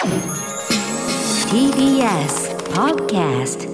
TBS Podcast。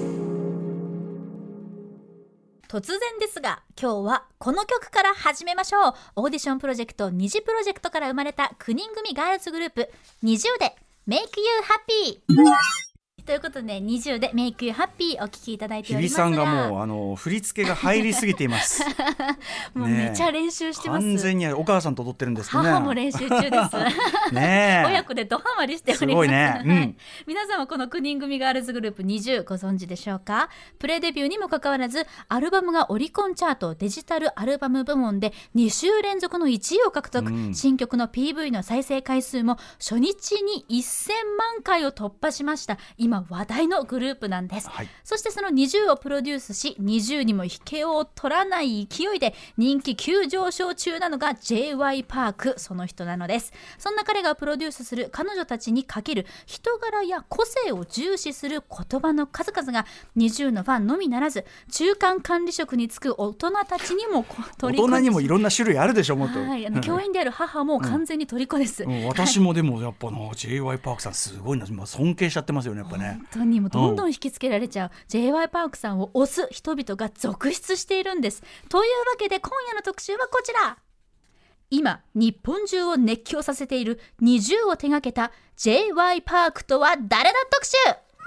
突然ですが今日はこの曲から始めましょう。オーディションプロジェクト虹プロジェクトから生まれた9人組ガールズグループNiziUで Make You Happy ということでNiziUで Make You Happy お聴きいただいておりますが、 日比さんがもう振り付けが入りすぎていますもうめちゃ練習してます。 完全にお母さんと踊ってるんですけどね。 母も練習中ですね親子でドハマりしております。 すごいね、 はい、皆さんはこの9人組ガールズグループNiziUご存知でしょうか。プレデビューにもかかわらずアルバムがオリコンチャートデジタルアルバム部門で2週連続の1位を獲得、新曲の PV の再生回数も初日に1000万回を突破しました。今話題のグループなんです、はい、そしてそのNiziUをプロデュースしNiziUにも引けを取らない勢いで人気急上昇中なのが J.Y.Park その人なのです。そんな彼がプロデュースする彼女たちにかける人柄や個性を重視する言葉の数々がNiziUのファンのみならず中間管理職に就く大人たちにも大人にもいろんな種類あるでしょもっと、 はい、教員である母も完全に虜です、 私もでもやっぱJ.Y.Park さんすごいな、尊敬しちゃってますよねやっぱね。 本当にもうどんどん引きつけられちゃう、J.Y.Park さんを推す人々が続出しているんです。というわけで今夜の特集はこちら。今日本中を熱狂させているNiziUを手掛けた J.Y.Park とは誰だ特集。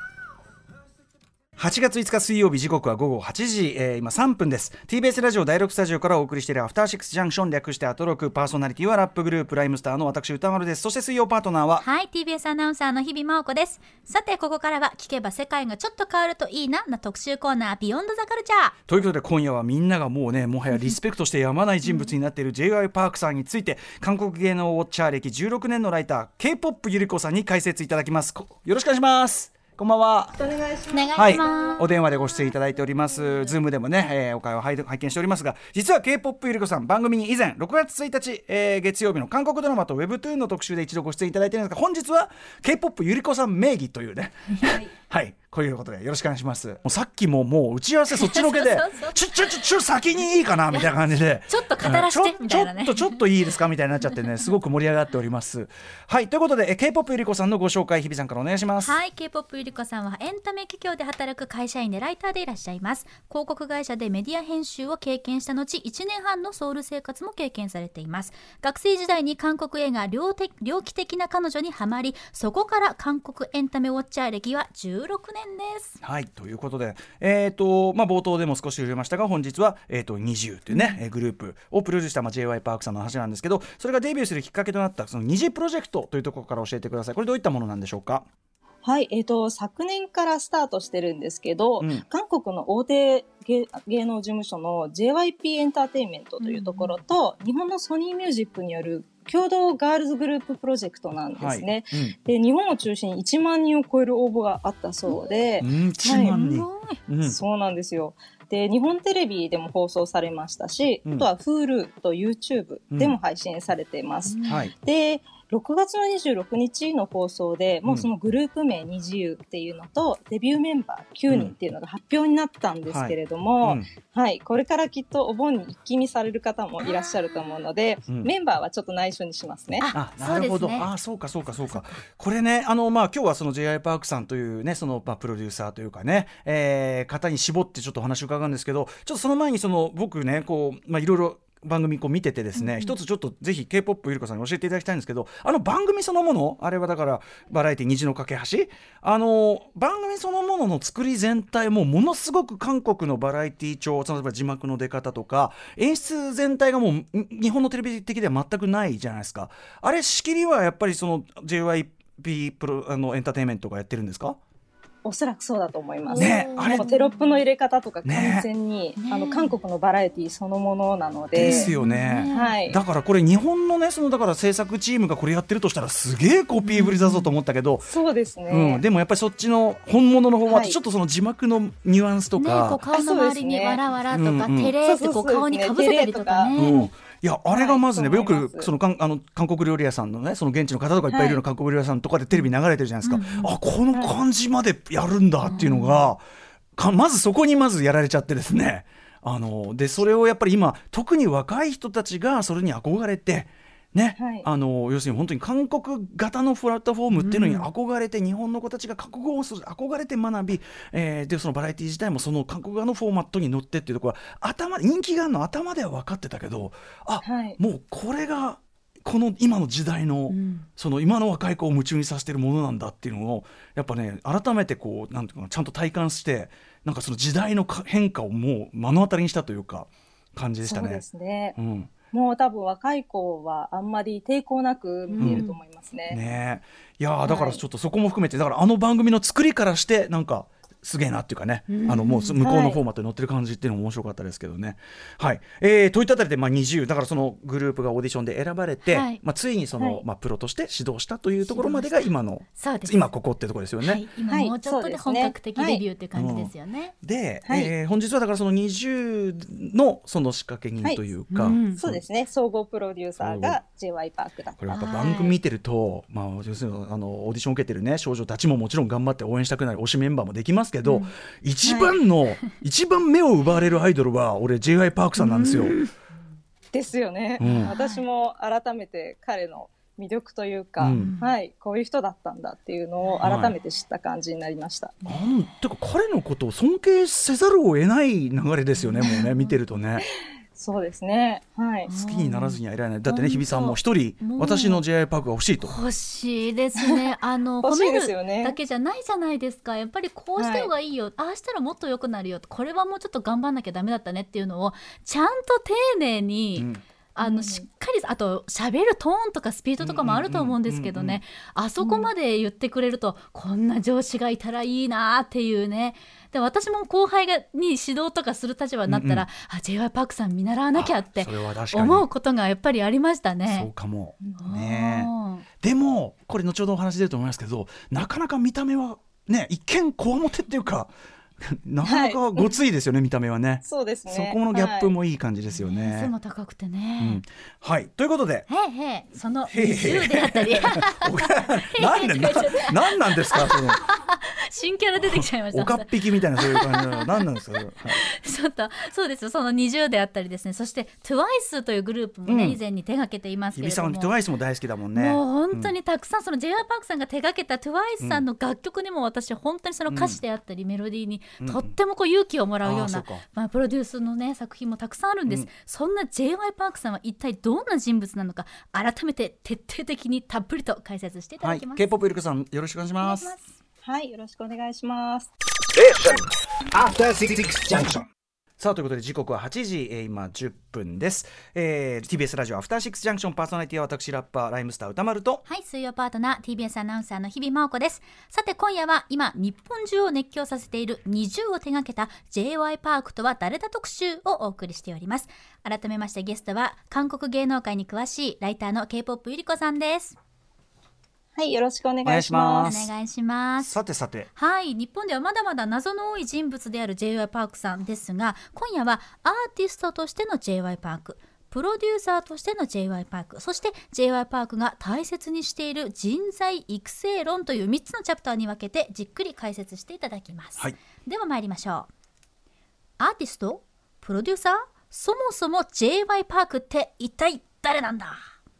8月5日水曜日、時刻は午後8時、今3分です。 TBS ラジオ第6スタジオからお送りしているアフターシックスジャンクション、略してアトロク。パーソナリティはラップグループライムスターの私歌丸です。そして水曜パートナーははい TBS アナウンサーの日々真央子です。さてここからは聞けば世界がちょっと変わるといいなな特集コーナービヨンドザカルチャーということで、今夜はみんながもうねもはやリスペクトしてやまない人物になっている J.Y.Park さんについて、韓国芸能ウォッチャー歴16年のライター K-POP ゆり子さんに解説いただきます。よろしくお願いします。こんばんは。 お願いします。 はい、お電話でご出演いただいております。ズームでもね、お会話を拝見しておりますが、実は K-POP ゆり子さん番組に以前6月1日、月曜日の韓国ドラマと Webtoon の特集で一度ご出演いただいているんですが、本日は K-POP ゆり子さん名義というねはいこういうことでよろしくお願いします。もうさっきも打ち合わせそっちのけでちょ先にいいかなみたいな感じでちょっと語らせてみたいなね、 ちょっといいですかみたいになっちゃってね、すごく盛り上がっております。はいということで、K-POP ゆり子さんのご紹介、日比さんからお願いします。 はい K-POP ゆり子さんはエンタメ企業で働く会社員でライターでいらっしゃいます。広告会社でメディア編集を経験した後1年半のソウル生活も経験されています。学生時代に韓国映画猟奇的な彼女にハマり、そこから韓国エンタメウォッチャー歴は16年です。 はいということで、冒頭でも少し触れましたが、本日は、NiziU というね、グループをプロデュースした、J.Y.Park さんの話なんですけど、それがデビューするきっかけとなったその虹プロジェクトというところから教えてください。これどういったものなんでしょうか。 はい、昨年からスタートしてるんですけど、韓国の大手芸能事務所の JYP エンターテインメントというところと、日本のソニーミュージックによる共同ガールズグループプロジェクトなんですね。で、日本を中心に1万人を超える応募があったそうで、 1万人、 そうなんですよ。で、日本テレビでも放送されましたし、あとは Hulu と YouTube でも配信されています。で、6月の26日の放送でもうそのグループ名NiziUっていうのとデビューメンバー9人っていうのが発表になったんですけれども、これからきっとお盆に一気見される方もいらっしゃると思うので、メンバーはちょっなるしますね。 なるほど、そうかこれね、今日はその J.Y.Park さんというね、そのプロデューサーというかね、方に絞ってちょっとお話を伺うんですけど、ちょっとその前に僕ねいろいろ番組見ててですね、一つちょっとぜひ K-POP ゆり子さんに教えていただきたいんですけど、番組そのもの、あれはだからバラエティ虹の架け橋、番組そのものの作り全体もものすごく韓国のバラエティ調、例えば字幕の出方とか演出全体がもう日本のテレビ的では全くないじゃないですか。あれ仕切りはやっぱりその JYP エンターテインメントがやってるんですか。 おそらくそうだと思います。あれテロップの入れ方とか完全に、韓国のバラエティそのものなので。 ですよね。だからこれ日本のね、だから制作チームがこれやってるとしたらすげえコピーぶりだぞと思ったけど、 そうですね。 でもやっぱりそっちの本物の方はちょっとその字幕のニュアンスとか、 顔の周りにわらわらとかテレって顔にかぶせたりとかね。 いやあれがまずね、よくその韓国料理屋さんのね、その現地の方とかいっぱいいるような韓国料理屋さんとかでテレビ流れてるじゃないですか。この感じまでやるんだっていうのが、まずそこにまずやられちゃってですね、でそれをやっぱり今特に若い人たちがそれに憧れて、 ね、 はい、 要するに本当に韓国型のプラットフォームっていうのに憧れて、日本の子たちが韓国語を憧れて学び、でそのバラエティ自体もその韓国側のフォーマットに乗ってっていうところは人気があるの頭では分かってたけど、はい、もうこれがこの今の時代の、その今の若い子を夢中にさせてるものなんだっていうのをやっぱね改めてこうなんていうかちゃんと体感して、なんかその時代の変化をもう目の当たりにしたというか感じでしたね。 そうですね、もう多分若い子はあんまり抵抗なく見ていると思いますね。 ね、いやだからちょっとそこも含めて、だから番組の作りからしてなんかすげえなっていうかね、もう向こうのフォーマットに乗ってる感じっていうのも面白かったですけどね。はい、といったあたりで、20だからそのグループがオーディションで選ばれて、ついにその、プロとして指導したというところまでが今の今ここってところですよね。 はい、今もうちょっとで本格的デビューっていう感じですよね。 で、本日はだからその20のその仕掛け人というか、 そうですね、総合プロデューサーが J.Y. パークだった。 これやっぱ番組見てると、要するにオーディション受けてるね少女たちももちろん頑張って応援したくなる推しメンバーもできますけど、一番目を奪われるアイドルは俺 J.Y. パークさんなんですよ。 ですよね、私も改めて彼の魅力というか、こういう人だったんだっていうのを改めて知った感じになりました。 てか彼のことを尊敬せざるを得ない流れですよね、もうね見てるとね。 そうですね、はい、 好きにならずにはいられない。だってね、日比さんも一人私の J.I. パークが欲しいと。 欲しいですね。褒めるだけじゃないじゃないですか。やっぱりこうした方がいいよ、ああしたらもっと良くなるよ、これはもうちょっと頑張んなきゃダメだったねっていうのをちゃんと丁寧に、しっかり、あと喋るトーンとかスピードとかもあると思うんですけどね、あそこまで言ってくれると、こんな上司がいたらいいなっていうね。で私も後輩に指導とかする立場になったら、J.Y. パークさん見習わなきゃって思うことがやっぱりありましたね。 そうかもね。でもこれ後ほどお話出ると思いますけど、なかなか見た目はね一見こわもてっていうかなかなかごついですよね、見た目はね。 そうですね。 そこのギャップもいい感じですよね。 背も高くてね。 はいということで、 その20であったり何なんですかその新キャラ出てきちゃいました。 おかっぴきみたいなそういう感じな何なんですか。ちょっとそうですよ、その20であったりですね。そして TWICE というグループもね、以前に手掛けていますけれども、 日比さん TWICE も大好きだもんね。 もう本当にたくさん、その J.Y. パークさんが手掛けた TWICE さんの楽曲にも私本当にその歌詞であったりメロディーにとってもこう勇気をもらうような、プロデュースのね作品もたくさんあるんです。そんな J.Y. パークさんは一体どんな人物なのか、改めて徹底的にたっぷりと解説していただきます。 K-POP ゆりかさんよろしくお願いします。 はい、よろしくお願いします。 さあということで時刻は8時、今10分です。TBS ラジオアフターシックスジャンクション、パーソナリティは私ラッパーライムスター歌丸と、 はい、水曜パートナー TBS アナウンサーの日々真央子です。さて今夜は今日本中を熱狂させているNiziUを手掛けた J.Y. パークとは誰だ特集をお送りしております。改めましてゲストは韓国芸能界に詳しいライターの K-POP ゆりこさんです。 はい、よろしくお願いします。 お願いします。 さて、 はい、日本ではまだまだ謎の多い人物である J.Y. パークさんですが、今夜はアーティストとしての J.Y. パーク、プロデューサーとしての J.Y. パーク、そして J.Y. パークが大切にしている人材育成論という3つのチャプターに分けてじっくり解説していただきます。では参りましょう。アーティスト、プロデューサー、そもそも J.Y. パークって一体誰なんだ。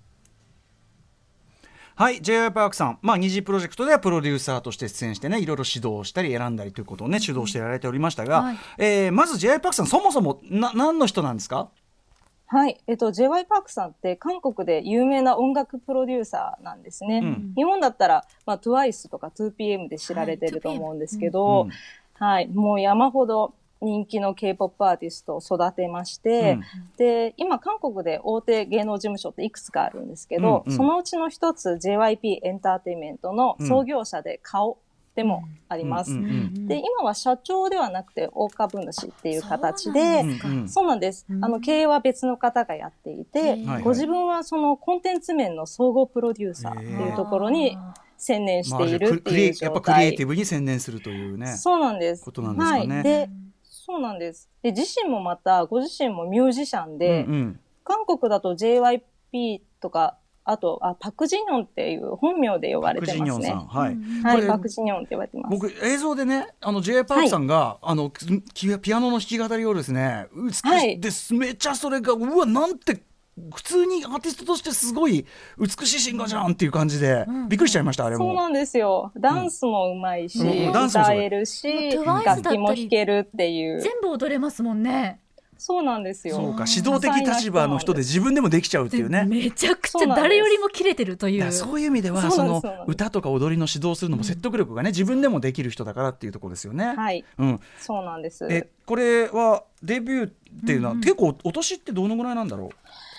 はい、J.Y. パークさん、二次プロジェクトではプロデューサーとして出演してね、いろいろ指導したり選んだりということをね主導してやられておりましたが、まず J.Y. パークさんそもそも何の人なんですか。 はい、J.Y. パークさんって韓国で有名な音楽プロデューサーなんですね。日本だったら、TWICE とか 2PM で知られてると思うんですけど、もう山ほど人気の K-POP アーティストを育てまして、で今韓国で大手芸能事務所っていくつかあるんですけど、そのうちの一つ JYP エンターテインメントの創業者で顔でもあります。で今は社長ではなくて大株主っていう形で、そうなんです。経営は別の方がやっていて、ご自分はそのコンテンツ面の総合プロデューサーっていうところに専念しているっていう状態。 やっぱクリエイティブに専念するというね。 そうなんです。 ことなんですかね。 そうなんです。で、自身もまた、ご自身もミュージシャンで、韓国だと JYP とか、あと、パクジニョンっていう本名で呼ばれてますね。パクジニョンって呼ばれてます。 僕、映像でね、J.Y. パークさんが、ピアノの弾き語りをですね、めっちゃそれが、うわ、なんて普通にアーティストとしてすごい美しいシンガーじゃんっていう感じで、びっくりしちゃいました。あれもそうなんですよ。ダンスもうまいし、 ダンスも歌えるし、楽器も弾けるっていう。 全部踊れますもんね。 そうなんですよ。 そうか、指導的立場の人で自分でもできちゃうっていうね。 めちゃくちゃ誰よりも切れてるという。 そういう意味ではその歌とか踊りの指導するのも説得力がね、自分でもできる人だからっていうところですよね。 はい、そうなんです。 これはデビューっていうのは、結構お年ってどのぐらいなんだろう。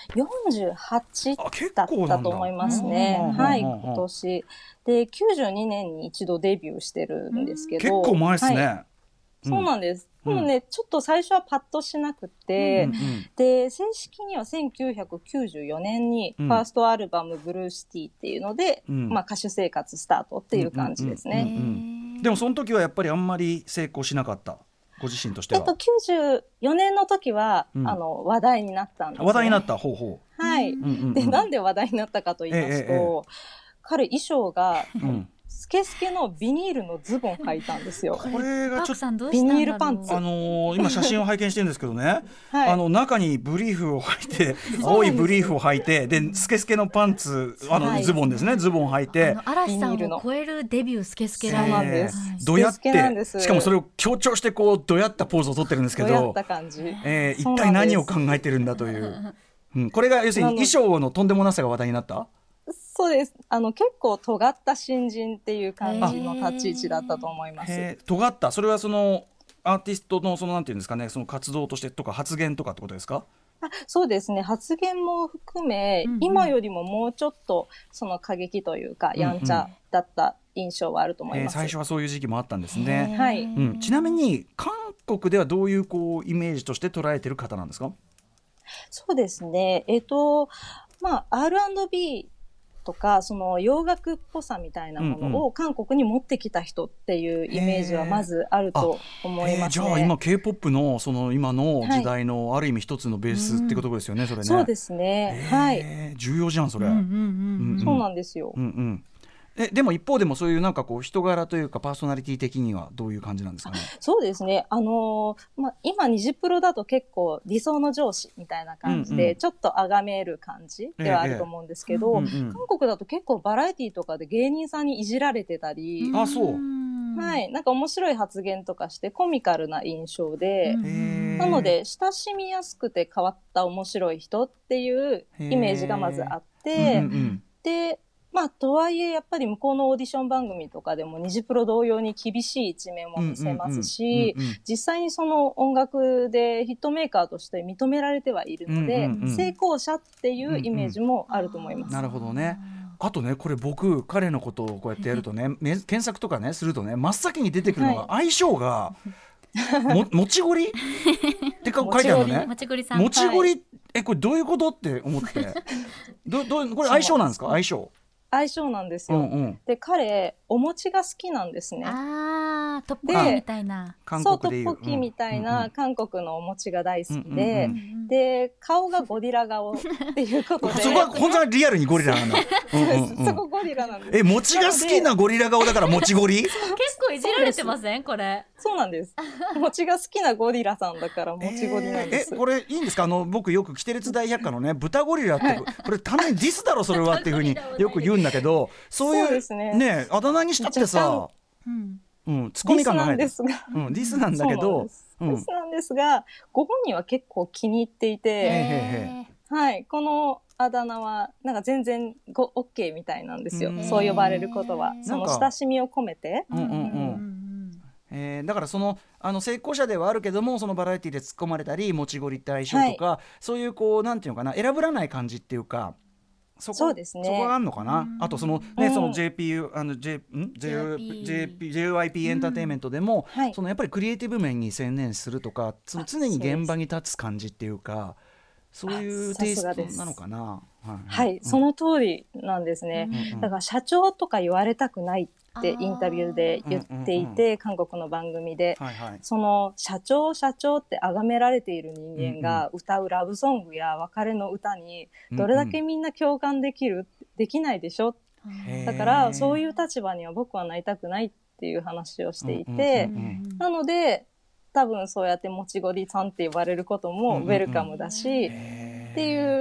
48だったと思いますね。はい、今年で92年に一度デビューしてるんですけど、 結構前ですね。 そうなんです。でもね、ちょっと最初はパッとしなくて、で、正式には1994年にファーストアルバムブルーシティっていうので、歌手生活スタートっていう感じですね。 でもその時はやっぱりあんまり成功しなかった。ご自身としては。 94年の時は、話題になったんですね。 話題になった。ほうほう。 はい。で、なんで話題になったかと言いますと、彼衣装が、スケスケのビニールのズボン履いたんですよ。 これがちょっとビニールパンツ。 今写真を拝見してるんですけどね、中にブリーフを履いて、青いブリーフを履いて、でスケスケのパンツ、ズボンですね、ズボン履いて、 嵐さんを超えるデビュースケスケラインなんです。 どやって、しかもそれを強調してこうどやったポーズを取ってるんですけど、 どやった感じ。 一体何を考えてるんだという、これが要するに衣装のとんでもなさが話題になった。 そうです。結構尖った新人っていう感じの立ち位置だったと思います。 尖った。それはそのアーティストのそのなんていうんですかね、その活動としてとか発言とかってことですか？ そうですね。発言も含め、今よりももうちょっとその過激というか、やんちゃだった印象はあると思います。 最初はそういう時期もあったんですね。 はい。 ちなみに韓国ではどういうこうイメージとして捉えてる方なんですか？ そうですね。R&Bとかその洋楽っぽさみたいなものを韓国に持ってきた人っていうイメージはまずあると思いますね。 じゃあ今 K-POP のその今の時代のある意味一つのベースってことですよね、それね。 そうですね。はい。 重要じゃんそれ。 そうなんですよ。 でも一方でもそういうなんかこう人柄というかパーソナリティ的にはどういう感じなんですかね。 そうですね。今ニジプロだと結構理想の上司みたいな感じで、ちょっと崇める感じではあると思うんですけど、韓国だと結構バラエティとかで芸人さんにいじられてたり、 そう。 はい、なんか面白い発言とかしてコミカルな印象で、なので親しみやすくて変わった面白い人っていうイメージがまずあって、で、とはいえやっぱり向こうのオーディション番組とかでもニジプロ同様に厳しい一面も見せますし、実際にその音楽でヒットメーカーとして認められてはいるので、成功者っていうイメージもあると思います。 なるほどね。あとね、これ僕彼のことをこうやってやるとね検索とかねするとね、真っ先に出てくるのが相性が、もちごりって書いてあるのね。 もちごりさん。 もちごり、これどういうことって思って。これ相性なんですか？相性なんですよ。で、彼、お餅が好きなんですね。 トッポッキみたいな。 そう、トッポッキみたいな韓国のお餅が大好きで、で、顔がゴリラ顔っていうことで。 そこは本当にリアルにゴリラなんだ。 そこゴリラなんです。 餅が好きなゴリラ顔だから餅ゴリ？ 結構いじられてませんこれ？ そうなんです。餅が好きなゴリラさんだから餅ゴリなんです。 これいいんですか？僕よくキテレツ大百科のね、豚ゴリラって、これ単にディスだろそれはっていうふうによく言うんだけど、そういうね、あだ名にしたってさ、ツッコミ感がない。ディスなんだけど、 ディスなんですが、ご本人は結構気に入っていて、はい、このあだ名はなんか全然OK みたいなんですよ。そう呼ばれることは、その親しみを込めて。 だからその成功者ではあるけども、そのバラエティで突っ込まれたりもちごりって相性とか、そういうこうなんていうのかな、選ぶらない感じっていうか、 そうですね。 そこがあるのかな。あとそのね、その JYP エンターテインメントでも、そのやっぱりクリエイティブ面に専念するとか、その常に現場に立つ感じっていうか、そういうテイストなのかな。 はい、その通りなんですね。だから社長とか言われたくないってインタビューで言っていて、韓国の番組で、その社長って崇められている人間が歌うラブソングや別れの歌にどれだけみんな共感できないでしょ。だからそういう立場には僕はなりたくないっていう話をしていて、なので多分そうやってもちごりさんって呼ばれることもウェルカムだし、っていう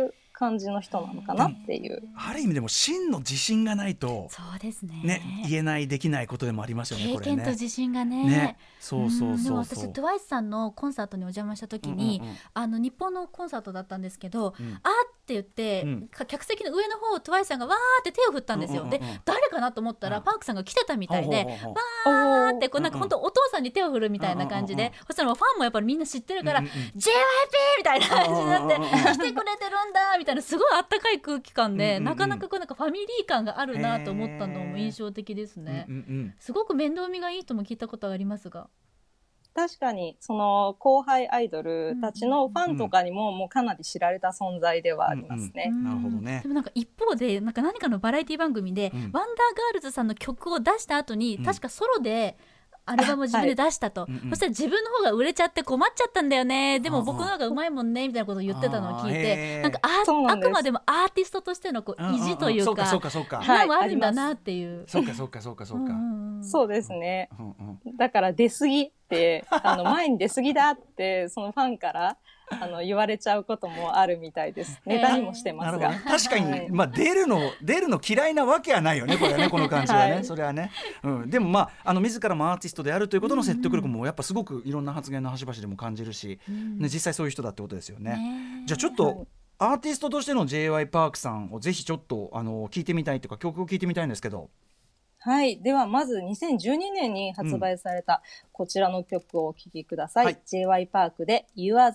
感じの人なのかなっていう。 ある意味でも真の自信がないと、 そうですね。 言えないできないことでもありますよね。 経験と自信がね。 ね、そうそうそうそう。 でも私TWICEさんのコンサートにお邪魔した時に、日本のコンサートだったんですけど、あって言って、客席の上の方をTWICEさんがわーって手を振ったんですよ。で誰かなと思ったらパークさんが来てたみたいで、わーってこうなんか本当お父さんに手を振るみたいな感じで、そしたらファンもやっぱりみんな知ってるから、JYP みたいな感じになって来てくれてるんだみたいな、すごいあったかい空気感で、なかなかこうなんかファミリー感があるなと思ったのも印象的ですね。すごく面倒見がいいとも聞いたことがありますが、 確かにその後輩アイドルたちのファンとかにももうかなり知られた存在ではありますね。 なるほどね。 でもなんか一方でなんか何かのバラエティ番組で、ワンダーガールズさんの曲を出した後に、確かソロでアルバムを自分で出したと、そしたら自分の方が売れちゃって困っちゃったんだよね、でも僕の方がうまいもんねみたいなことを言ってたのを聞いて、なんかあくまでもアーティストとしてのこう意地というか花もあるんだなっていう。 そうかそうかそうかそうか。 そうですね。だから出過ぎって前に出過ぎだってそのファンから言われちゃうこともあるみたいです。ネタにもしてますが、 確かに、出るの嫌いなわけはないよね、これはね、この感じはね、それはね、でも自らもアーティストであるということの説得力もやっぱすごくいろんな発言の端々でも感じるし、実際そういう人だってことですよね。じゃあちょっとアーティストとしての J.Y.Park さんをぜひちょっと聞いてみたいというか、曲を聞いてみたいんですけど。 はい。では、まず2012年に発売されたこちらの曲をお聴きください。J.Y.Park で You Are the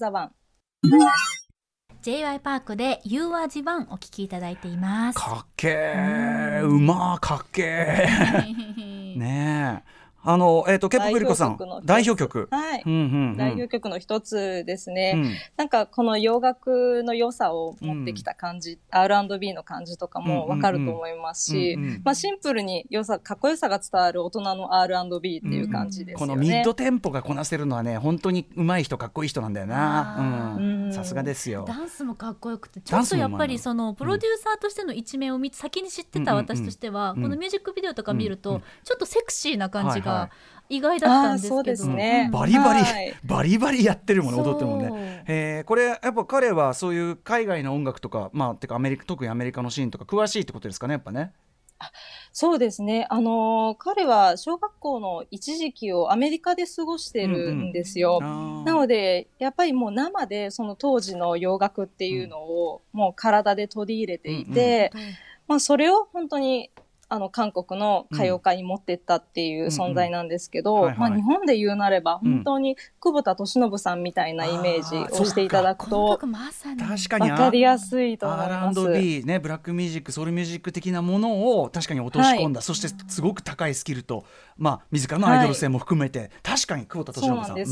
One。J.Y.Park で You Are the One お聴きいただいています。 かっけー、うまー、かっけー。ねえ。ケプブリコさん代表曲、 はい、代表曲の一つですね。なんかこの洋楽の良さを持ってきた感じ、R&B の感じとかもわかると思いますし、シンプルにかっこよさが伝わる大人の R&B っていう感じですよね。 このミッドテンポがこなせるのはね、本当に上手い人、かっこいい人なんだよな。さすがですよ。 ダンスもかっこよくて、ちょっとやっぱりそのプロデューサーとしての一面を先に知ってた私としては、このミュージックビデオとか見るとちょっとセクシーな感じが意外だったんですけど、 そうですね、 バリバリやってるもんね、踊ってるもんね。これやっぱ彼はそういう海外の音楽とか、てか特にアメリカのシーンとか詳しいってことですかね、やっぱね。 そうですね。彼は小学校の一時期をアメリカで過ごしてるんですよ。なので、やっぱりもう生でその当時の洋楽っていうのをもう体で取り入れていて、それを本当に韓国の歌謡界に持ってったっていう存在なんですけど、日本で言うなれば本当に久保田利伸さんみたいなイメージをしていただくと、確かに分かりやすいと思います。 R&B ね、ブラックミュージック、ソウルミュージック的なものを確かに落とし込んだ、そしてすごく高いスキルと、自らのアイドル性も含めて、確かに久保田利伸さん。 そうなんです。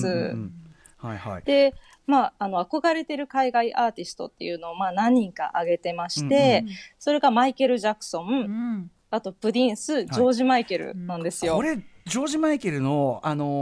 で、憧れてる海外アーティストっていうのを何人か挙げてまして、それがマイケル・ジャクソン、あとプリンス、ジョージ・マイケルなんですよ。 これジョージ・マイケルの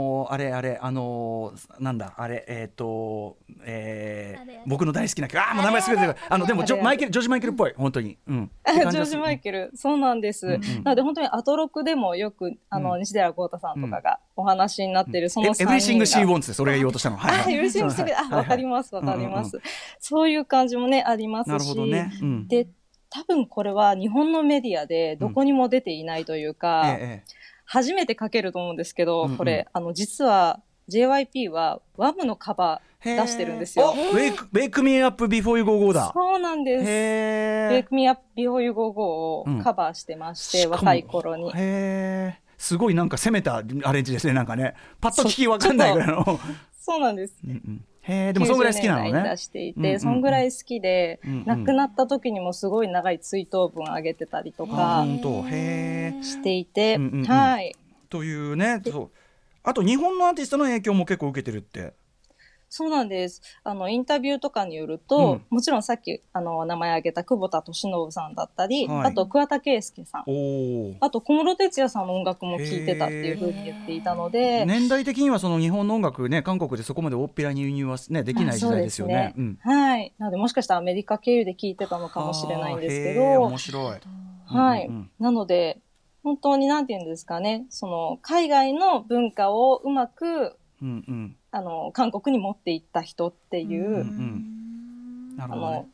僕の大好きな曲、もう名前すぐ出てくる。でもジョージ・マイケルっぽい、本当に。ジョージ・マイケル、そうなんです。なので本当にアトロクでもよく西寺豪太さんとかがお話になっているその3人が。 Everything She Wants でそれが言おうとしたの。 Everything She Wants、わかります、わかります。そういう感じもね、ありますし。で、多分これは日本のメディアでどこにも出ていないというか、初めて書けると思うんですけど、これ実は JYP はワムのカバー出してるんですよ。 Wake Me Up Before You Go Go だ。 そうなんです。Wake Me Up Before You Go Go をカバーしてまして、若い頃に。 すごいなんか攻めたアレンジですね、なんかね。パッと聞きわかんないぐらいの。 そうなんです。 でもそんぐらい好きなのね。 出していて、そんぐらい好きで、亡くなった時にもすごい長い追悼文あげてたりとかしていて、はい。 というね、あと日本のアーティストの影響も結構受けてるって。 そうなんです。インタビューとかによると、もちろんさっき名前挙げた久保田利伸さんだったり、あと桑田佳祐さん、あと小室哲哉さんの音楽も聴いてたっていうふうに言っていたので、 年代的にはその日本の音楽ね、韓国でそこまで大っぴらに輸入はねできない時代ですよね。 はい。なのでもしかしたらアメリカ経由で聴いてたのかもしれないんですけど、 面白い。 はい。なので本当になんていうんですかね、その海外の文化をうまく韓国に持っていった人っていう、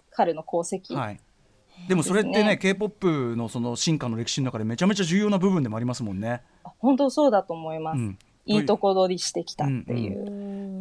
彼の功績、 はい、でもそれってね K-POP のその進化の歴史の中でめちゃめちゃ重要な部分でもありますもんね。 本当そうだと思います、いいとこ取りしてきたっていう、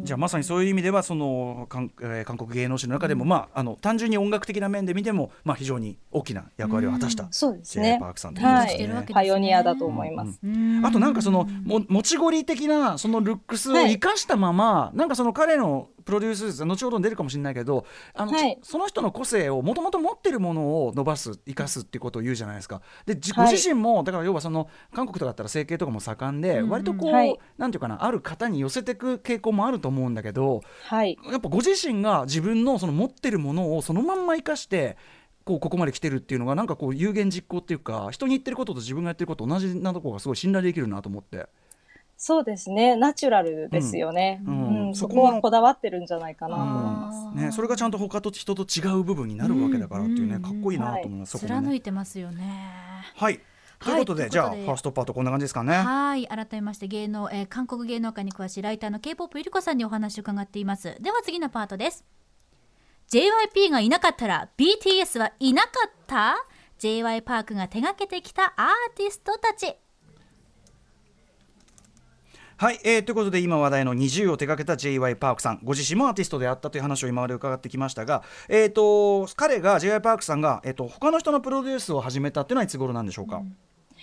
じゃあまさにそういう意味ではその韓国芸能史の中でも、単純に音楽的な面で見ても、非常に大きな役割を果たした J.Y. パークさんということですね。 パイオニアだと思います、 あとなんかそのもちごり的なそのルックスを生かしたまま、なんかその彼のプロデュース後ほど出るかもしれないけどその人の個性をもともと持ってるものを伸ばす生かすっていうことを言うじゃないですか。でご自身もだから要はその韓国とかだったら整形とかも盛んで、割とこう、なんていうかな、ある方に寄せていく傾向もあると思うんだけど、やっぱご自身が自分のその持ってるものをそのまんま生かしてここまで来てるっていうのがなんかこう有言実行っていうか、人に言ってることと自分がやってること同じなところがすごい信頼できるなと思って。 そうですね、ナチュラルですよね、そこはこだわってるんじゃないかなと思います、 それがちゃんと他と人と違う部分になるわけだからっていうね、かっこいいなと思います、 貫いてますよね。 はいということで、じゃあファーストパートこんな感じですかね。 はい、改めまして韓国芸能界に詳しいライターの K-POP ゆりこさんにお話を伺っています。では次のパートです。 JYP がいなかったら BTS はいなかった。 J.Y. パークが手掛けてきたアーティストたち。 はい、ということで今話題の20を手掛けた J.Y. パークさん、ご自身もアーティストであったという話を今まで伺ってきましたが、彼が J.Y. パークさんが、他の人のプロデュースを始めたっていうのはいつ頃なんでしょうか。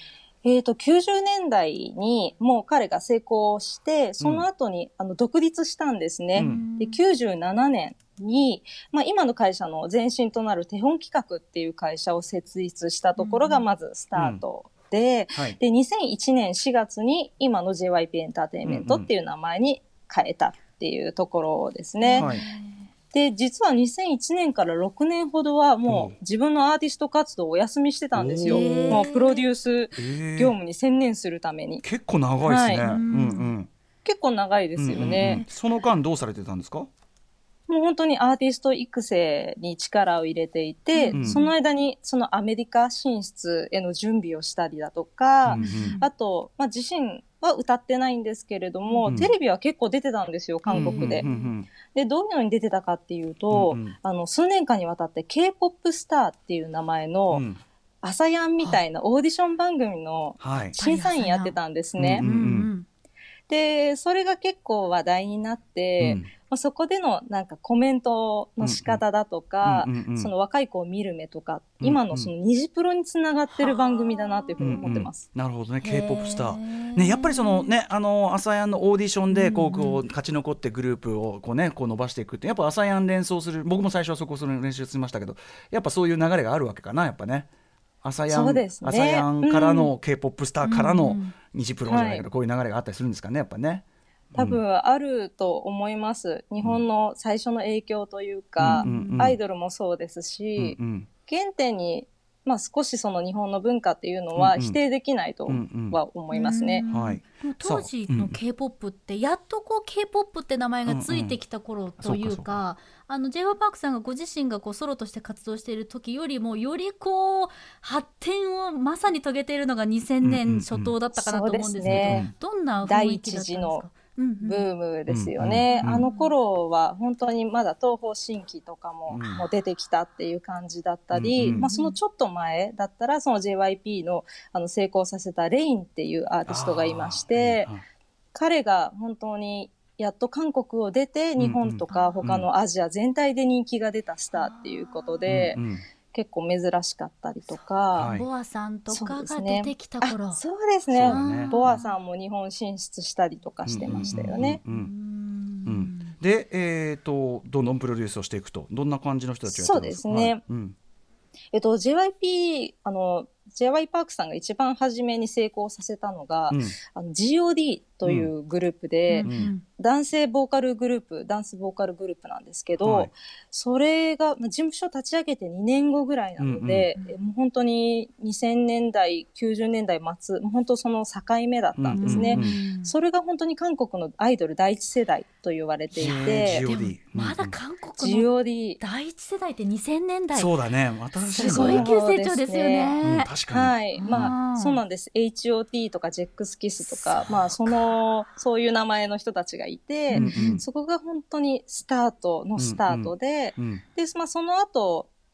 90年代にもう彼が成功して、その後に、独立したんですね。で97年に、今の会社の前身となるテホン企画っていう会社を設立したところがまずスタート。で2001年4月に今の JYP エンターテインメントっていう名前に変えたっていうところですね。で実は2001年から6年ほどはもう自分のアーティスト活動をお休みしてたんですよ。もうプロデュース業務に専念するために。 結構長いですね。 結構長いですよね。 その間どうされてたんですか。 もう本当にアーティスト育成に力を入れていて、その間にそのアメリカ進出への準備をしたりだとか、あと、自身は歌ってないんですけれども、テレビは結構出てたんですよ、韓国で。で、どういうのに出てたかっていうと、数年間にわたって K-POP スターっていう名前の、朝やんみたいなオーディション番組の審査員やってたんですね。で、それが結構話題になって、そこでのなんかコメントの仕方だとか、その若い子を見る目とか、今のそのニジプロにつながってる番組だなというふうに思ってます。 なるほどね、K-POP スター。ね、やっぱりそのね、朝やんのオーディションでこう勝ち残ってグループをこう伸ばしていくって、やっぱ朝やん連想する、僕も最初はそこその練習しましたけど、やっぱそういう流れがあるわけかな、やっぱね。朝やんからの K-POP スターからのニジプロじゃないけど、こういう流れがあったりするんですかね、やっぱね。 多分あると思います。日本の最初の影響というか、アイドルもそうですし、原点に、少しその日本の文化っていうのは否定できないとは思いますね。 当時の K-POP ってやっとこう K-POP って名前がついてきた頃というか、J.Y. パークさんがご自身がこうソロとして活動している時よりもよりこう発展をまさに遂げているのが2000年初頭だったかなと思うんですけど、どんな雰囲気だったんですか。 ブームですよね。あの頃は本当にまだ東方神起とかも出てきたっていう感じだったり、そのちょっと前だったらその JYP の成功させたレインっていうアーティストがいまして、彼が本当にやっと韓国を出て日本とか他のアジア全体で人気が出たスターっていうことで、結構珍しかったりとか、 ボアさんとかが出てきた頃、 そうですね、ボアさんも日本進出したりとかしてましたよね。 で、どんどんプロデュースをしていくと、どんな感じの人たちがやってますか。 そうですね、J.Y. パークさんが一番初めに成功させたのが、GOD というグループで、男性ボーカルグループ、ダンスボーカルグループなんですけど、それが事務所立ち上げて2年後ぐらいなので、もう本当に2000年代、90年代末、本当その境目だったんですね。それが本当に韓国のアイドル第一世代と言われていて、 まだ韓国の第一世代って2000年代。 そうだね、新しいすごい急成長ですよね。 はい、そうなんです。HOT とかジェックスキスとか、そういう名前の人たちがいて、そこが本当にスタートのスタートで、で、その後、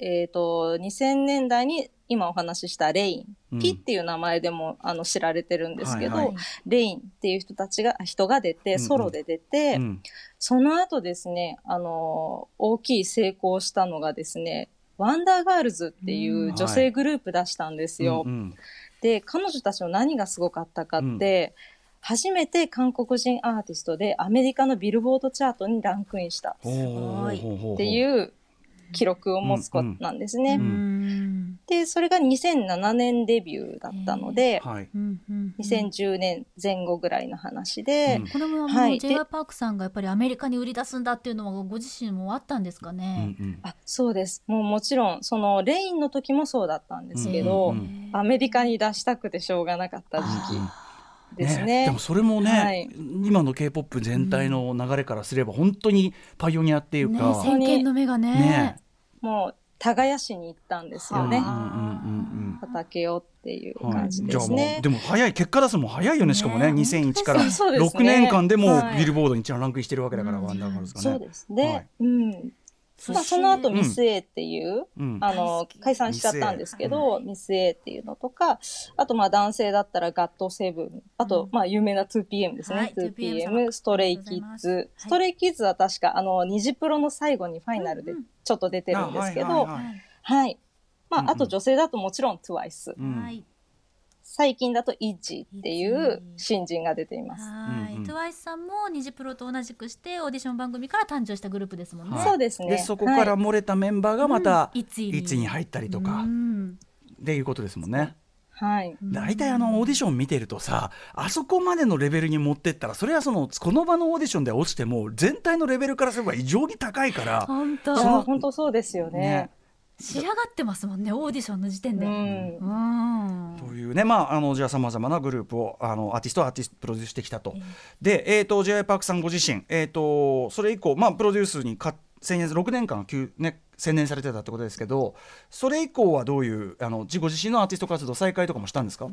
2000年代に今お話ししたレイン、ピっていう名前でも知られてるんですけど、レインっていう人が出て、ソロで出て、その後ですね、大きい成功したのがですね、ワンダーガールズっていう女性グループ出したんですよ。で、彼女たちの何がすごかったかって、初めて韓国人アーティストでアメリカのビルボードチャートにランクインしたっていう記録を持つ子なんですね。で、それが2007年デビューだったので、2010年前後ぐらいの話で、 これもJ.Y. パークさんがやっぱりアメリカに売り出すんだっていうのはご自身もあったんですかね。 そうです。もちろんそのレインの時もそうだったんですけど、アメリカに出したくてしょうがなかった時期ですね。 でもそれもね、今の K-POP 全体の流れからすれば本当にパイオニアっていうか、 先見の目がね、 もう耕しに行ったんですよね。畑をっていう感じですね。 でも早い、結果出すのも早いよね。しかもね、2001から6年間でもビルボードに一覧ランクインしてるわけだから、ワンダーガールズがね。 そうですね。その後ミス A っていう、解散しちゃったんですけど、ミス A っていうのとか、あと男性だったらガットセブン、あと有名な 2PM ですね。2PM、ストレイキッズ。ストレイキッズは確かニジプロの最後にファイナルでちょっと出てるんですけど、あと女性だともちろん TWICE。最近だとイッジっていう新人が出ています。 TWICE さんもニジプロと同じくしてオーディション番組から誕生したグループですもんね。 そうですね。 でそこから漏れたメンバーがまたイッツに入ったりとかっていうことですもんね。大体オーディション見てるとさ、あそこまでのレベルに持ってったら、それはこの場のオーディションで落ちても全体のレベルからすれば異常に高いから、 本当そうですよね。 仕上がってますもんね、オーディションの時点で。 というね、じゃあさまざまなグループをアーティストプロデュースしてきたと。で、J.Y. パークさんご自身、それ以降、プロデュースに6年間専念されてたってことですけど、それ以降はどういうご自身のアーティスト活動再開とかもしたんですか？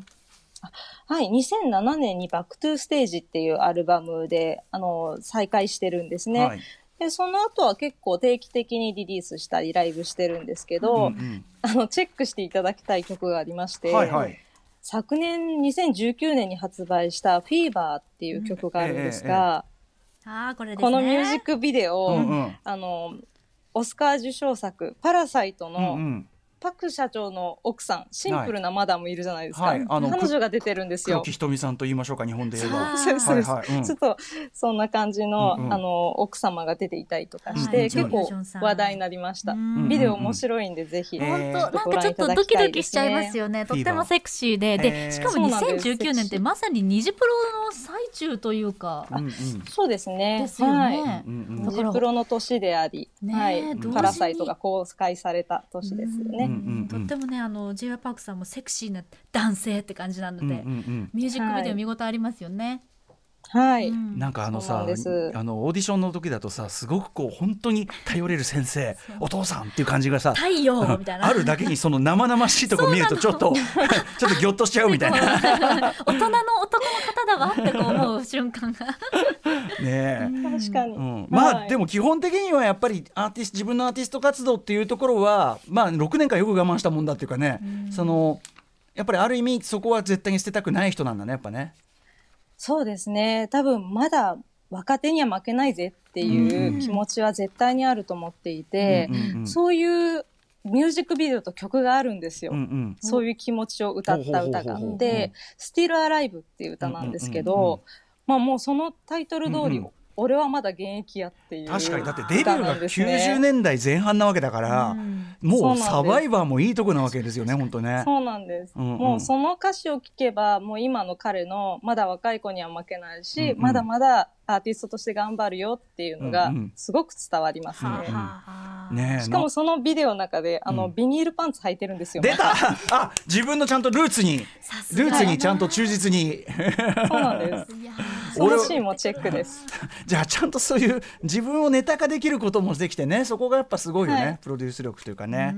2007年にバックトゥーステージっていうアルバムで再開してるんですね。でその後は結構定期的にリリースしたりライブしてるんですけど、チェックしていただきたい曲がありまして、昨年2019年に発売したフィーバーっていう曲があるんですが、このミュージックビデオ、オスカー受賞作パラサイトのパク社長の奥さん、シンプルなマダムいるじゃないですか。彼女が出てるんですよ。 黒木瞳さんと言いましょうか、日本で言えば。 ちょっとそんな感じの、奥様が出ていたりとかして、結構話題になりました。ビデオ面白いご覧いただきたいですね。 本当なんかちょっとドキドキしちゃいますよね。とってもセクシーで、しかも2019年ってまさにニジプロの最中というか、 そうですね。 ですよね。 ニジプロの年であり、パラサイトが公開された年ですよね。 とってもね、J.Y. パークさんもセクシーな男性って感じなので、ミュージックビデオ見応えありますよね。 なんかさ、オーディションの時だとさ、すごく本当に頼れる先生、お父さんっていう感じがさ、 太陽みたいなあるだけに、その生々しいとこ見るとちょっとギョッとしちゃうみたいな大人の男の方だわって思う瞬間が確かに、 でも基本的にはやっぱり自分のアーティスト活動っていうところは、6年間よく我慢したもんだっていうかね、やっぱりある意味そこは絶対に捨てたくない人なんだね、やっぱね。 そうですね。多分まだ若手には負けないぜっていう気持ちは絶対にあると思っていて、そういうミュージックビデオと曲があるんですよ。そういう気持ちを歌った歌があって、Still Alive っていう歌なんですけど、もうそのタイトル通り、俺はまだ現役やっていう、 確かにだってデビューが90年代前半なわけだから、もうサバイバーもいいとこなわけですよね、本当ね。 そうなんです、もうその歌詞を聴けば、もう今の彼のまだ若い子には負けないし、まだまだアーティストとして頑張るよっていうのがすごく伝わりますね。しかもそのビデオの中でビニールパンツ履いてるんですよ。 出た自分のちゃんとルーツにちゃんと忠実にそうなんです。そのシーンもチェックです。 じゃあちゃんとそういう自分をネタ化できることもできてね、そこがやっぱすごいよね、プロデュース力というかね。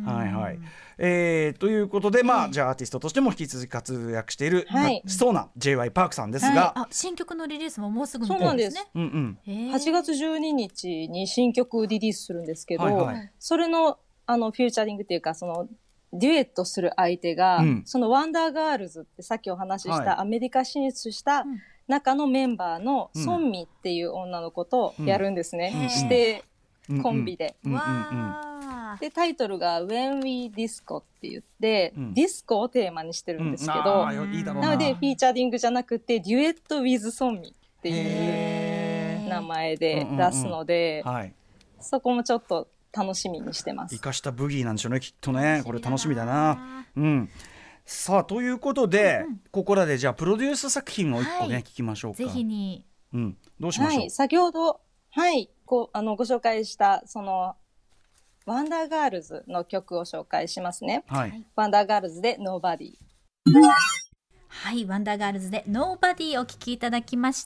ということで、じゃあアーティストとしても引き続き活躍している、そうな J.Y. パークさんですが、 新曲のリリースももうすぐそうなんです。8月12日に新曲をリリースするんですけど、それのフューチャリングっていうか、その、デュエットする相手が、そのワンダーガールズってさっきお話ししたアメリカ進出した中のメンバーのソンミっていう女の子とやるんですね。指定コンビで。で、タイトルが When We Disco って言って、ディスコをテーマにしてるんですけど、なのでフィーチャリングじゃなくて、デュエット with ソンミっていう名前で出すので、そこもちょっと楽しみにしてます。 生かしたブギーなんでしょうね、きっとね。これ楽しみだな。さあということで、ここらでじゃあプロデュース作品を1個ね、聞きましょうか。 ぜひに。 どうしましょう。 先ほどご紹介したそのワンダーガールズの曲を紹介しますね。ワンダーガールズで Nobody。 はい、ワンダーガールズで Nobody お聴きいただきました。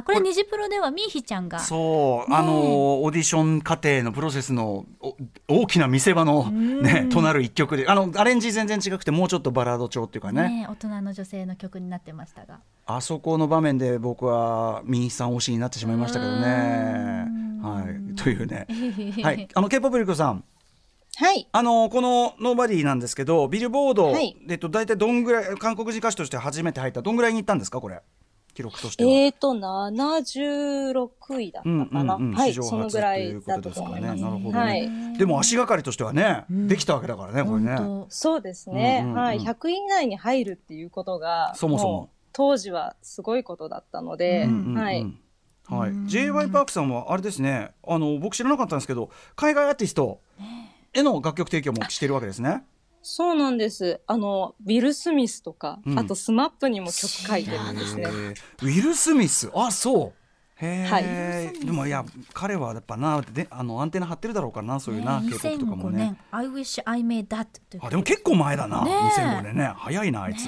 これニジプロではミーヒちゃんがそう、オーディション過程のプロセスの大きな見せ場の、となる一曲で、アレンジ全然違くてもうちょっとバラード調っていうかね、 大人の女性の曲になってましたが、 あそこの場面で僕はミーヒさん推しになってしまいましたけどね。というねK-POP リコさん、このノーバディなんですけど、ビルボード、大体どんぐらい、韓国人歌手として初めて入ったどんぐらいに行ったんですか、これ記録としては。 76位だったかな。そのぐらいだったと思います。 なるほどね。でも足がかりとしてはね、できたわけだからね、これね。 そうですね。100位以内に入るっていうことが、 そもそも当時はすごいことだったので、 J.Y. パークさんはあれですね、僕知らなかったんですけど、海外アーティストへの楽曲提供もしてるわけですね。 そうなんです。ウィル・スミスとか、あとスマップにも曲書いてるんですね。 ウィル・スミス、そう。でもいや、彼はやっぱな、アンテナ張ってるだろうからな、そういうな、K-POP とかもね。 I wish I made that でも結構前だな、2005年ね。早いな、あいつ。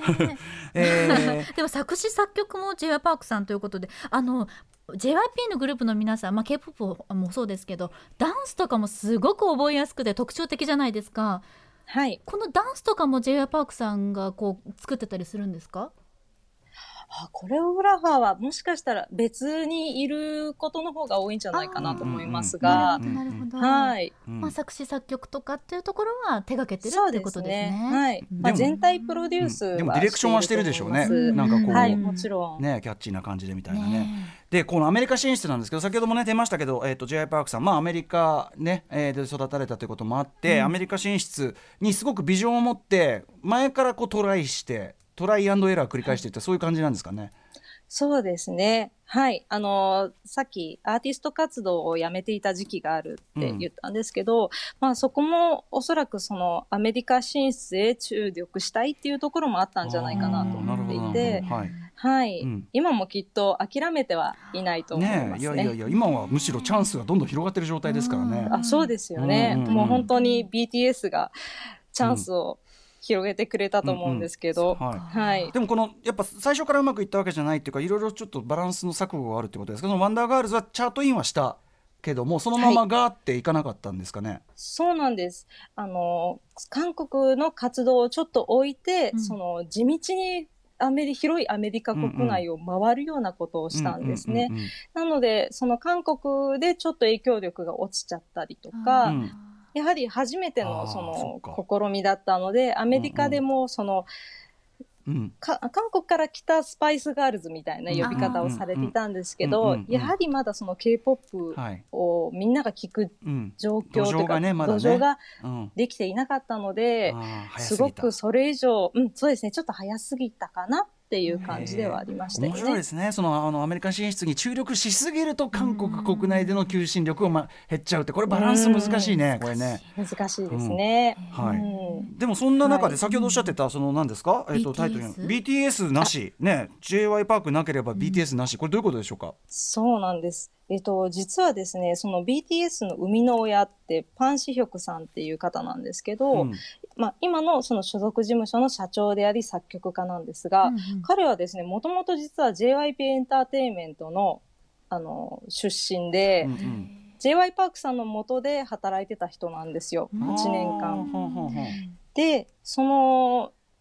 でも作詞作曲も J.Y. パークさんということで、JYP のグループの皆さん、K-POP もそうですけど、ダンスとかもすごく覚えやすくて特徴的じゃないですか。このダンスとかも J.Y. パークさんがこう作ってたりするんですか？ コレオグラファーはもしかしたら別にいることの方が多いんじゃないかなと思いますが、 なるほど。作詞作曲とかっていうところは手がけてるってことですね。 全体プロデュースはでもディレクションはしてるでしょうね。なんかこう、 もちろんね、キャッチーな感じでみたいなね。でこのアメリカ進出なんですけど、先ほどもね出ましたけど、J.Y. パークさん、アメリカね、で育たれたということもあって、アメリカ進出にすごくビジョンを持って前からこうトライアンドエラー繰り返していった、そういう感じなんですかね。 そうですね。さっきアーティスト活動をやめていた時期があるって言ったんですけど、そこもおそらくそのアメリカ進出へ注力したいっていうところもあったんじゃないかなと思っていて、今もきっと諦めてはいないと思いますね。 いや今はむしろチャンスがどんどん広がってる状態ですからね。 そうですよね。もう本当に BTS がチャンスを広げてくれたと思うんですけど、 でもこのやっぱ最初からうまくいったわけじゃないっていうか、いろいろちょっとバランスの錯誤があるってことですけど、ワンダーガールズはチャートインはしたけども、そのままガーっていかなかったんですかね。 そうなんです。韓国の活動をちょっと置いて、その地道に広いアメリカ国内を回るようなことをしたんですね。なのでその韓国でちょっと影響力が落ちちゃったりとか、やはり初めてのその試みだったので、アメリカでもその、韓国から来たスパイスガールズみたいな呼び方をされていたんですけど、やはりまだその K-POP をみんなが聞く状況というか、土壌ができていなかったので、すごくそれ以上、そうですね、ちょっと早すぎたかなっていう感じではありましたよね。 面白いですね。そのアメリカ進出に注力しすぎると韓国国内での求心力が減っちゃうって、これバランス難しいね、これね。 難しいですね。 でもそんな中で先ほどおっしゃってたその何ですか、タイトルの BTS なしね、J.Y. パークなければ BTS なし、これどういうことでしょうか。 そうなんです。実はですね、その BTS の生みの親ってパン・シヒョクさんっていう方なんですけど、今のその所属事務所の社長であり作曲家なんですが、彼はですね、もともと実は JYP エンターテインメントの、出身で、J.Y. パークさんの下で働いてた人なんですよ、8年間。で、その、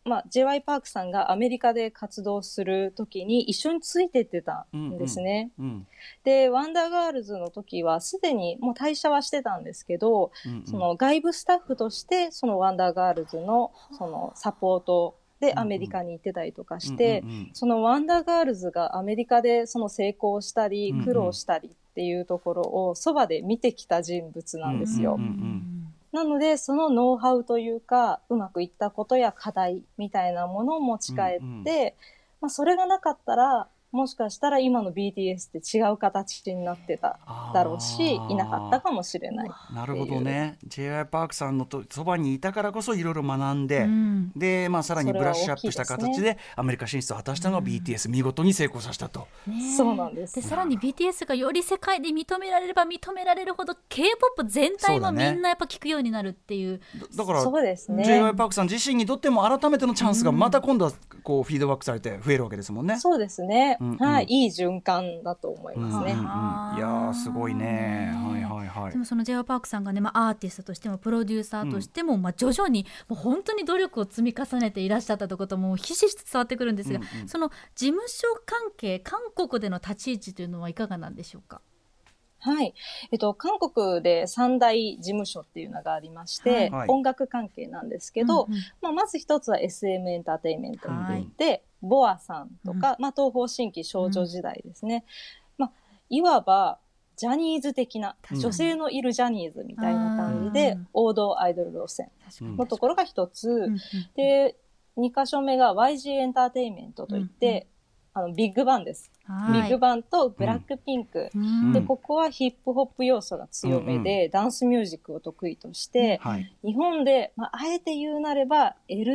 J.Y. パークさんがアメリカで活動するときに一緒についてってたんですね。で、ワンダーガールズの時はすでにもう退社はしてたんですけど、その外部スタッフとしてそのワンダーガールズのそのサポートでアメリカに行ってたりとかして、そのワンダーガールズがアメリカでその成功したり苦労したりっていうところをそばで見てきた人物なんですよ。なのでそのノウハウというかうまくいったことや課題みたいなものを持ち帰って、それがなかったらもしかしたら今の BTS って違う形になってただろうしいなかったかもしれない。 なるほどね。 J.Y. パークさんのそばにいたからこそいろいろ学んで、で、さらにブラッシュアップした形でアメリカ進出を果たしたのが BTS、見事に成功させたと、 そうなんです。 でさらに BTS がより世界で認められれば認められるほど K-POP 全体もみんなやっぱ聞くようになるっていう。 だからそうですね、 J.Y. パークさん自身にとっても改めてのチャンスがまた今度はこうフィードバックされて増えるわけですもんね。 そうですね、いい循環だと思いますね。 いやすごいね。 でもその J.Y. パークさんがね、アーティストとしてもプロデューサーとしても、徐々にもう本当に努力を積み重ねていらっしゃったということもひしひしと伝わってくるんですが、その事務所関係韓国での立ち位置というのはいかがなんでしょうか。 はい、韓国で3大事務所っていうのがありまして、音楽関係なんですけど、まず一つは SM エンターテインメントに行って、ボアさんとか、東方神起少女時代ですね、いわばジャニーズ的な、女性のいるジャニーズみたいな感じで、王道アイドル路線のところが一つ、で2箇所目が YG エンターテインメントといって、ビッグバンです。ビッグバンとブラックピンク、でここはヒップホップ要素が強めで、ダンスミュージックを得意として、日本で、あえて言うなれば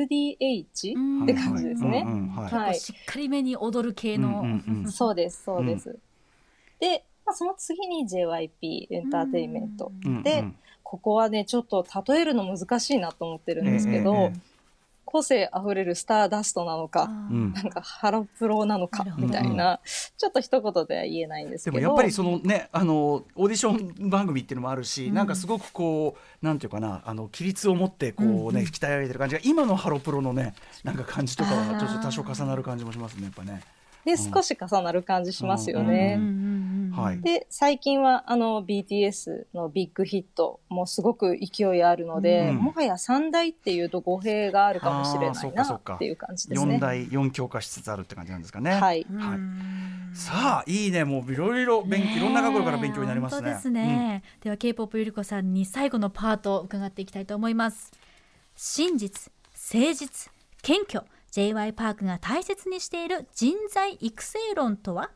LDH って感じですね。 しっかりめに踊る系の、 そうですそうです。で、その次に JYP エンターテインメントで、ここはねちょっと例えるの難しいなと思ってるんですけど、個性あふれるスターダストなのか、なんかハロプロなのかみたいな、ちょっと一言では言えないんですけど、 でもやっぱりそのね、オーディション番組っていうのもあるし、なんかすごくこうなんていうかな、規律を持ってこうね、鍛え上げてる感じが今のハロプロのねなんか感じとかはちょっと多少重なる感じもしますね、やっぱね。 で少し重なる感じしますよね。で最近はBTS のビッグヒットもすごく勢いあるので、もはや3大っていうと語弊があるかもしれないなっていう感じですね。 4強化しつつあるって感じなんですかね。さあいいね、もういろいろいろんな角度から勉強になりますね。 本当ですね。では K-POP ゆり子さんに最後のパートを伺っていきたいと思います。真実、誠実、謙虚、J.Y. パークが大切にしている人材育成論とは。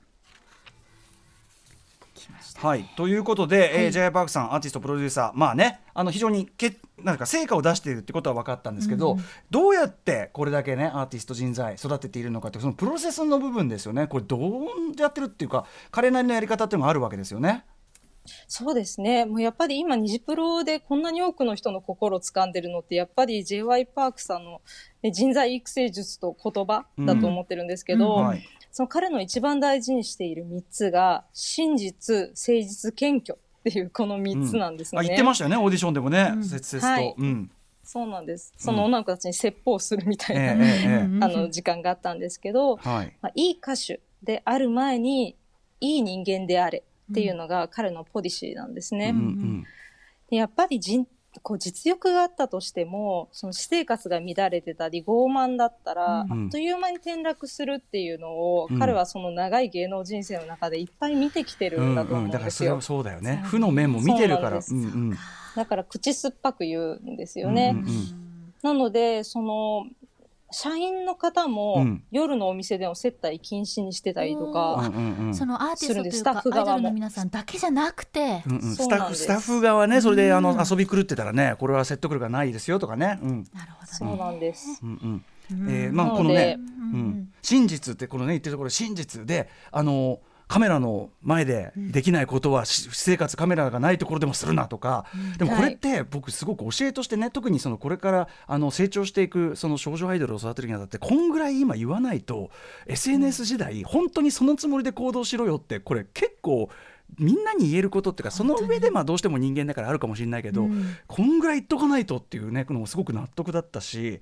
ということで、J.Y. パークさんアーティストプロデューサー、非常になんか成果を出しているってことは分かったんですけど、どうやってこれだけねアーティスト人材育てているのかって、そのプロセスの部分ですよね。これどうやってるっていうか、彼なりのやり方っていうのがあるわけですよね。 そうですね。もうやっぱり今ニジプロでこんなに多くの人の心を掴んでるのってやっぱり J.Y. パークさんの人材育成術と言葉だと思ってるんですけど、その彼の一番大事にしている3つが真実、誠実、謙虚っていうこの3つなんですね。 言ってましたよね、オーディションでもね、切々と。 そうなんです。その女の子たちに説法するみたいな、時間があったんですけど、いい歌手である前にいい人間であれっていうのが彼のポリシーなんですね。でやっぱりこう実力があったとしても、その私生活が乱れてたり傲慢だったら、あっという間に転落するっていうのを、彼はその長い芸能人生の中でいっぱい見てきてるんだと思うんですよ。 だからそれはそうだよね。負の面も見てるから。 だから口酸っぱく言うんですよね。なのでその社員の方も夜のお店でも接待禁止にしてたりとか、 そのアーティストというかアイドルの皆さんだけじゃなくて、 スタッフ側ね、それで遊び狂ってたらね、これは説得力がないですよとかね。 なるほどね。 そうなんです。 このね、真実ってこのね言ってるところ、真実でカメラの前でできないことは私生活カメラがないところでもするなとか、でもこれって僕すごく教えとしてね、特にそのこれから成長していくその少女アイドルを育てるにあたって、こんぐらい今言わないと SNS 時代本当にそのつもりで行動しろよって、これ結構みんなに言えることっていうか、その上でどうしても人間だからあるかもしれないけど、こんぐらい言っとかないとっていうねのもすごく納得だったし、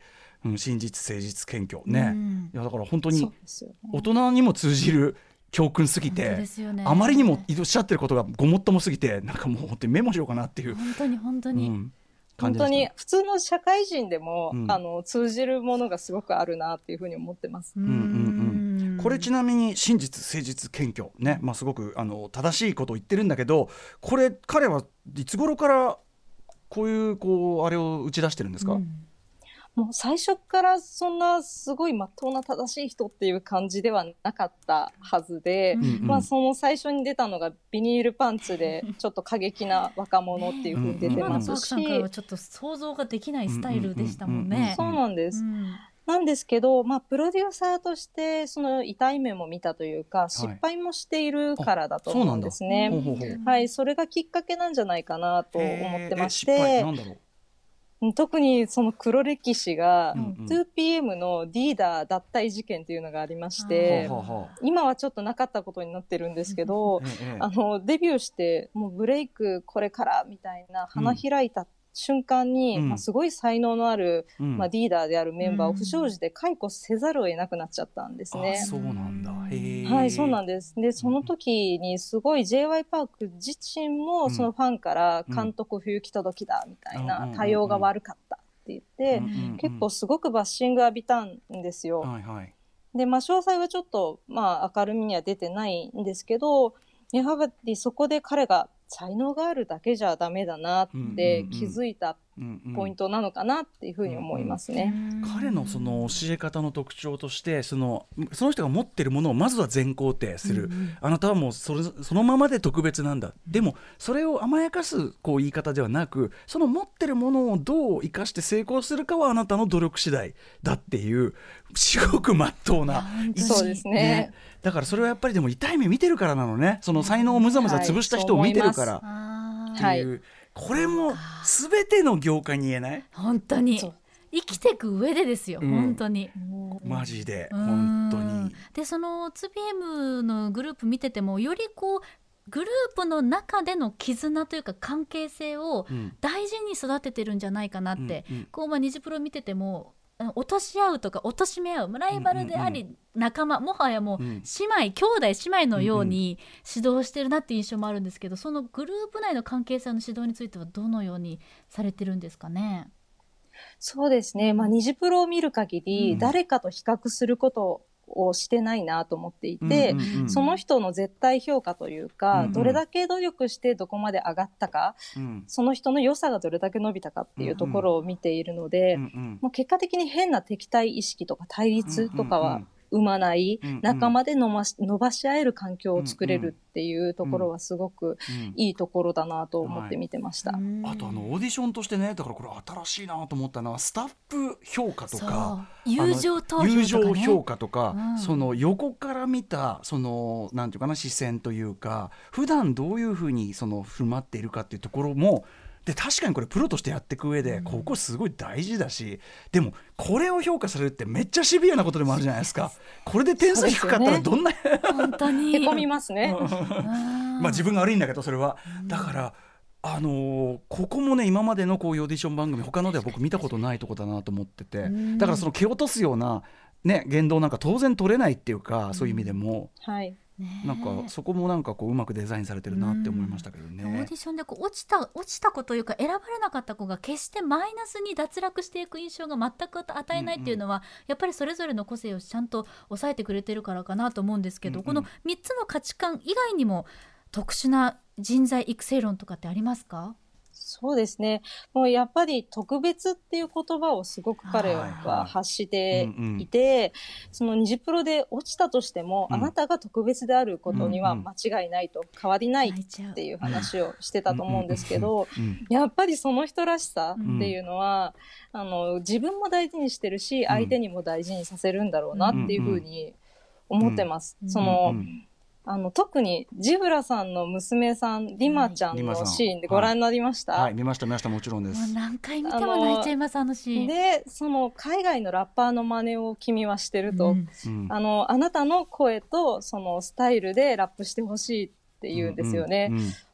真実誠実謙虚ね、いやだから本当にそう大人にも通じる教訓すぎて、あまりにもおっしゃってることがごもっともすぎて、なんかもう本当にメモしようかなっていう、 本当に、 本当に普通の社会人でも、通じるものがすごくあるなっていうふうに思ってます。 これちなみに真実誠実謙虚ね、すごく正しいことを言ってるんだけど、これ彼はいつ頃からこういうあれを打ち出してるんですか？ もう最初からそんなすごい真っ当な正しい人っていう感じではなかったはずで、その最初に出たのがビニールパンツでちょっと過激な若者っていう風に出てますし、 今のパークさんからはちょっと想像ができないスタイルでしたもんね。 そうなんです、なんですけど、プロデューサーとしてその痛い目も見たというか、失敗もしているからだと思うんですね。はい、それがきっかけなんじゃないかなと思ってまして、 なんだろう。 特にその黒歴史が 2PM のリーダー脱退事件というのがありまして、今はちょっとなかったことになってるんですけど、デビューしてもうブレイクこれからみたいな花開いた瞬間に、すごい才能のある、リーダーであるメンバーを不祥事で解雇せざるを得なくなっちゃったんですね。 そうなんだ。 はい、そうなんです。で、その時にすごい J.Y. パーク自身もそのファンから監督不行き届きだみたいな、対応が悪かったって言って、結構すごくバッシング浴びたんですよ。で、詳細はちょっと明るみには出てないんですけど、やはりそこで彼が才能があるだけじゃダメだなって気づいたポイントなのかなっていうふうに思いますね。 彼のその教え方の特徴として、その人が持っているものをまずは全肯定する、あなたはもうそのままで特別なんだ、でもそれを甘やかす言い方ではなく、その持っているものをどう生かして成功するかはあなたの努力次第だっていう、すごく真っ当な意思、 そうですね。 だからそれはやっぱりでも痛い目見てるからなのね。その才能をむざむざ潰した人を見てるからっていう、これも全ての業界に言えない？ 本当に生きていく上でですよ、本当にマジで本当に。 でその 2PM のグループ見てても、よりグループの中での絆というか関係性を大事に育ててるんじゃないかなって、ニジプロ見てても落とし合うとか貶としめ合う、ライバルであり仲間、もはやもう兄弟姉妹のように指導してるなっていう印象もあるんですけど、そのグループ内の関係性の指導についてはどのようにされてるんですかね？ そうですね、ニジプロを見る限り、誰かと比較することをしてないなと思っていて、その人の絶対評価というか、どれだけ努力してどこまで上がったか、その人の良さがどれだけ伸びたかっていうところを見ているので、もう結果的に変な敵対意識とか対立とかは生まない、仲間で伸ばし合える環境を作れるっていうところはすごくいいところだなと思って見てました。 あとオーディションとしてね、だからこれ新しいなと思ったのは、スタッフ評価とか友情投票とかね、 友情評価とか、その横から見たそのなんていうかな、視線というか、普段どういうふうにその振る舞っているかっていうところもで、確かにこれプロとしてやっていく上でここすごい大事だし、でもこれを評価されるってめっちゃシビアなことでもあるじゃないですか。これで点数低かったらどんな、 本当にへこみますね自分が悪いんだけど、それはだからここもね、今までのこういうオーディション番組他のでは僕見たことないとこだなと思ってて、だからその蹴落とすような、言動なんか当然取れないっていうか、そういう意味でも、なんかそこもなんかうまくデザインされてるなって思いましたけどね。 オーディションで落ちた子というか選ばれなかった子が決してマイナスに脱落していく印象が全く与えないっていうのは、やっぱりそれぞれの個性をちゃんと抑えてくれてるからかなと思うんですけど、この3つの価値観以外にも特殊な人材育成論とかってありますか？ そうですね、もうやっぱり特別っていう言葉をすごく彼は発していて、そのニジプロで落ちたとしても、あなたが特別であることには間違いないと、変わりないっていう話をしてたと思うんですけど、やっぱりその人らしさっていうのは、自分も大事にしてるし、相手にも大事にさせるんだろうなっていうふうに思ってます。特にジブラさんの娘さん、リマちゃんのシーンでご覧になりました？ 見ました、もちろんです。 もう何回見ても泣いちゃいます、あのシーンで、その海外のラッパーの真似を君はしてると、あなたの声とそのスタイルでラップしてほしいって言うんですよね。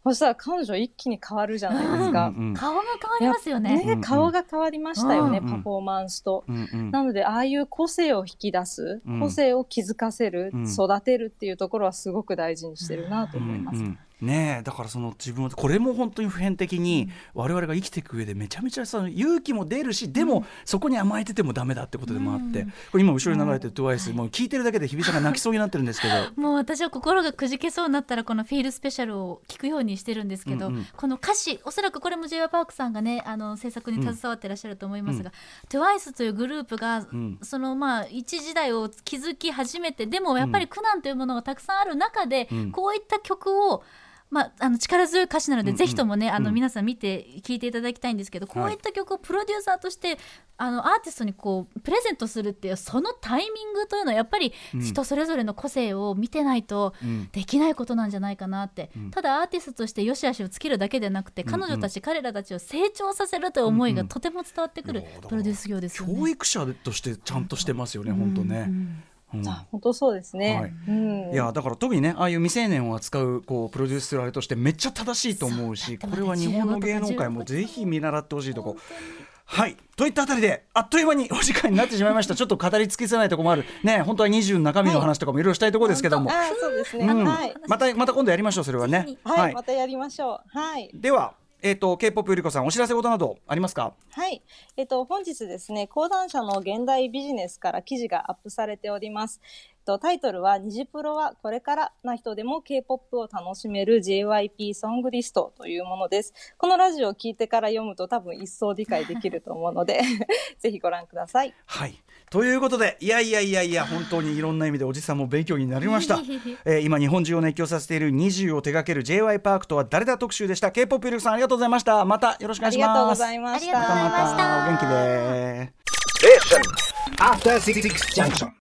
そしたら彼女一気に変わるじゃないですか。 顔が変わりますよね。 顔が変わりましたよね、パフォーマンスと。なので、ああいう個性を引き出す、個性を気づかせる、育てるっていうところはすごく大事にしてるなと思います。 ねえ、だからその自分はこれも本当に普遍的に我々が生きていく上でめちゃめちゃその勇気も出るし、でもそこに甘えててもダメだってことでもあって、これ今後ろに流れてる TWICE、もう聞いてるだけで日比さんが泣きそうになってるんですけどもう私は心がくじけそうになったらこのフィールスペシャルを聞くようにしてるんですけど、この歌詞、おそらくこれも J.Y.Park さんがね制作に携わってらっしゃると思いますが、TWICE というグループが、その一時代を築き始めて、でもやっぱり苦難というものがたくさんある中で、こういった曲を力強い歌詞なので、ぜひともね皆さん見て聴いていただきたいんですけど、こういった曲をプロデューサーとしてアーティストにこうプレゼントするっていうそのタイミングというのはやっぱり人それぞれの個性を見てないとできないことなんじゃないかなって、ただアーティストとして良し悪しをつけるだけでなくて、彼女たち、彼らたちを成長させるという思いがとても伝わってくるプロデュース業ですよね。 教育者としてちゃんとしてますよね、本当ね。 本当そうですね、 いやだから特にね、ああいう未成年を扱うこうプロデュースするあれとしてめっちゃ正しいと思うし、これは日本の芸能界もぜひ見習ってほしいとこ。はいといったあたりであっという間にお時間になってしまいました。ちょっと語り尽くせないところもあるね、本当は20の中身の話とかもいろいろしたいところですけども、 そうですね、 また今度やりましょう、それはね。 またやりましょう。 ではK-POP ゆりこさん、お知らせ事などありますか？ はい、本日ですね、講談社の現代ビジネスから記事がアップされております。タイトルはニジプロはこれからな人でも K-POP を楽しめる JYP ソングリストというものです。このラジオを聞いてから読むと多分一層理解できると思うのでぜひご覧ください。 はい、ということでいや本当にいろんな意味でおじさんも勉強になりました今日本中を熱狂させている20を手掛ける J.Y.Park とは誰だ特集でした。 K-POP ゆりこさんありがとうございました。またよろしくお願いします。 ありがとうございました。 またお元気で。 After 66 junction.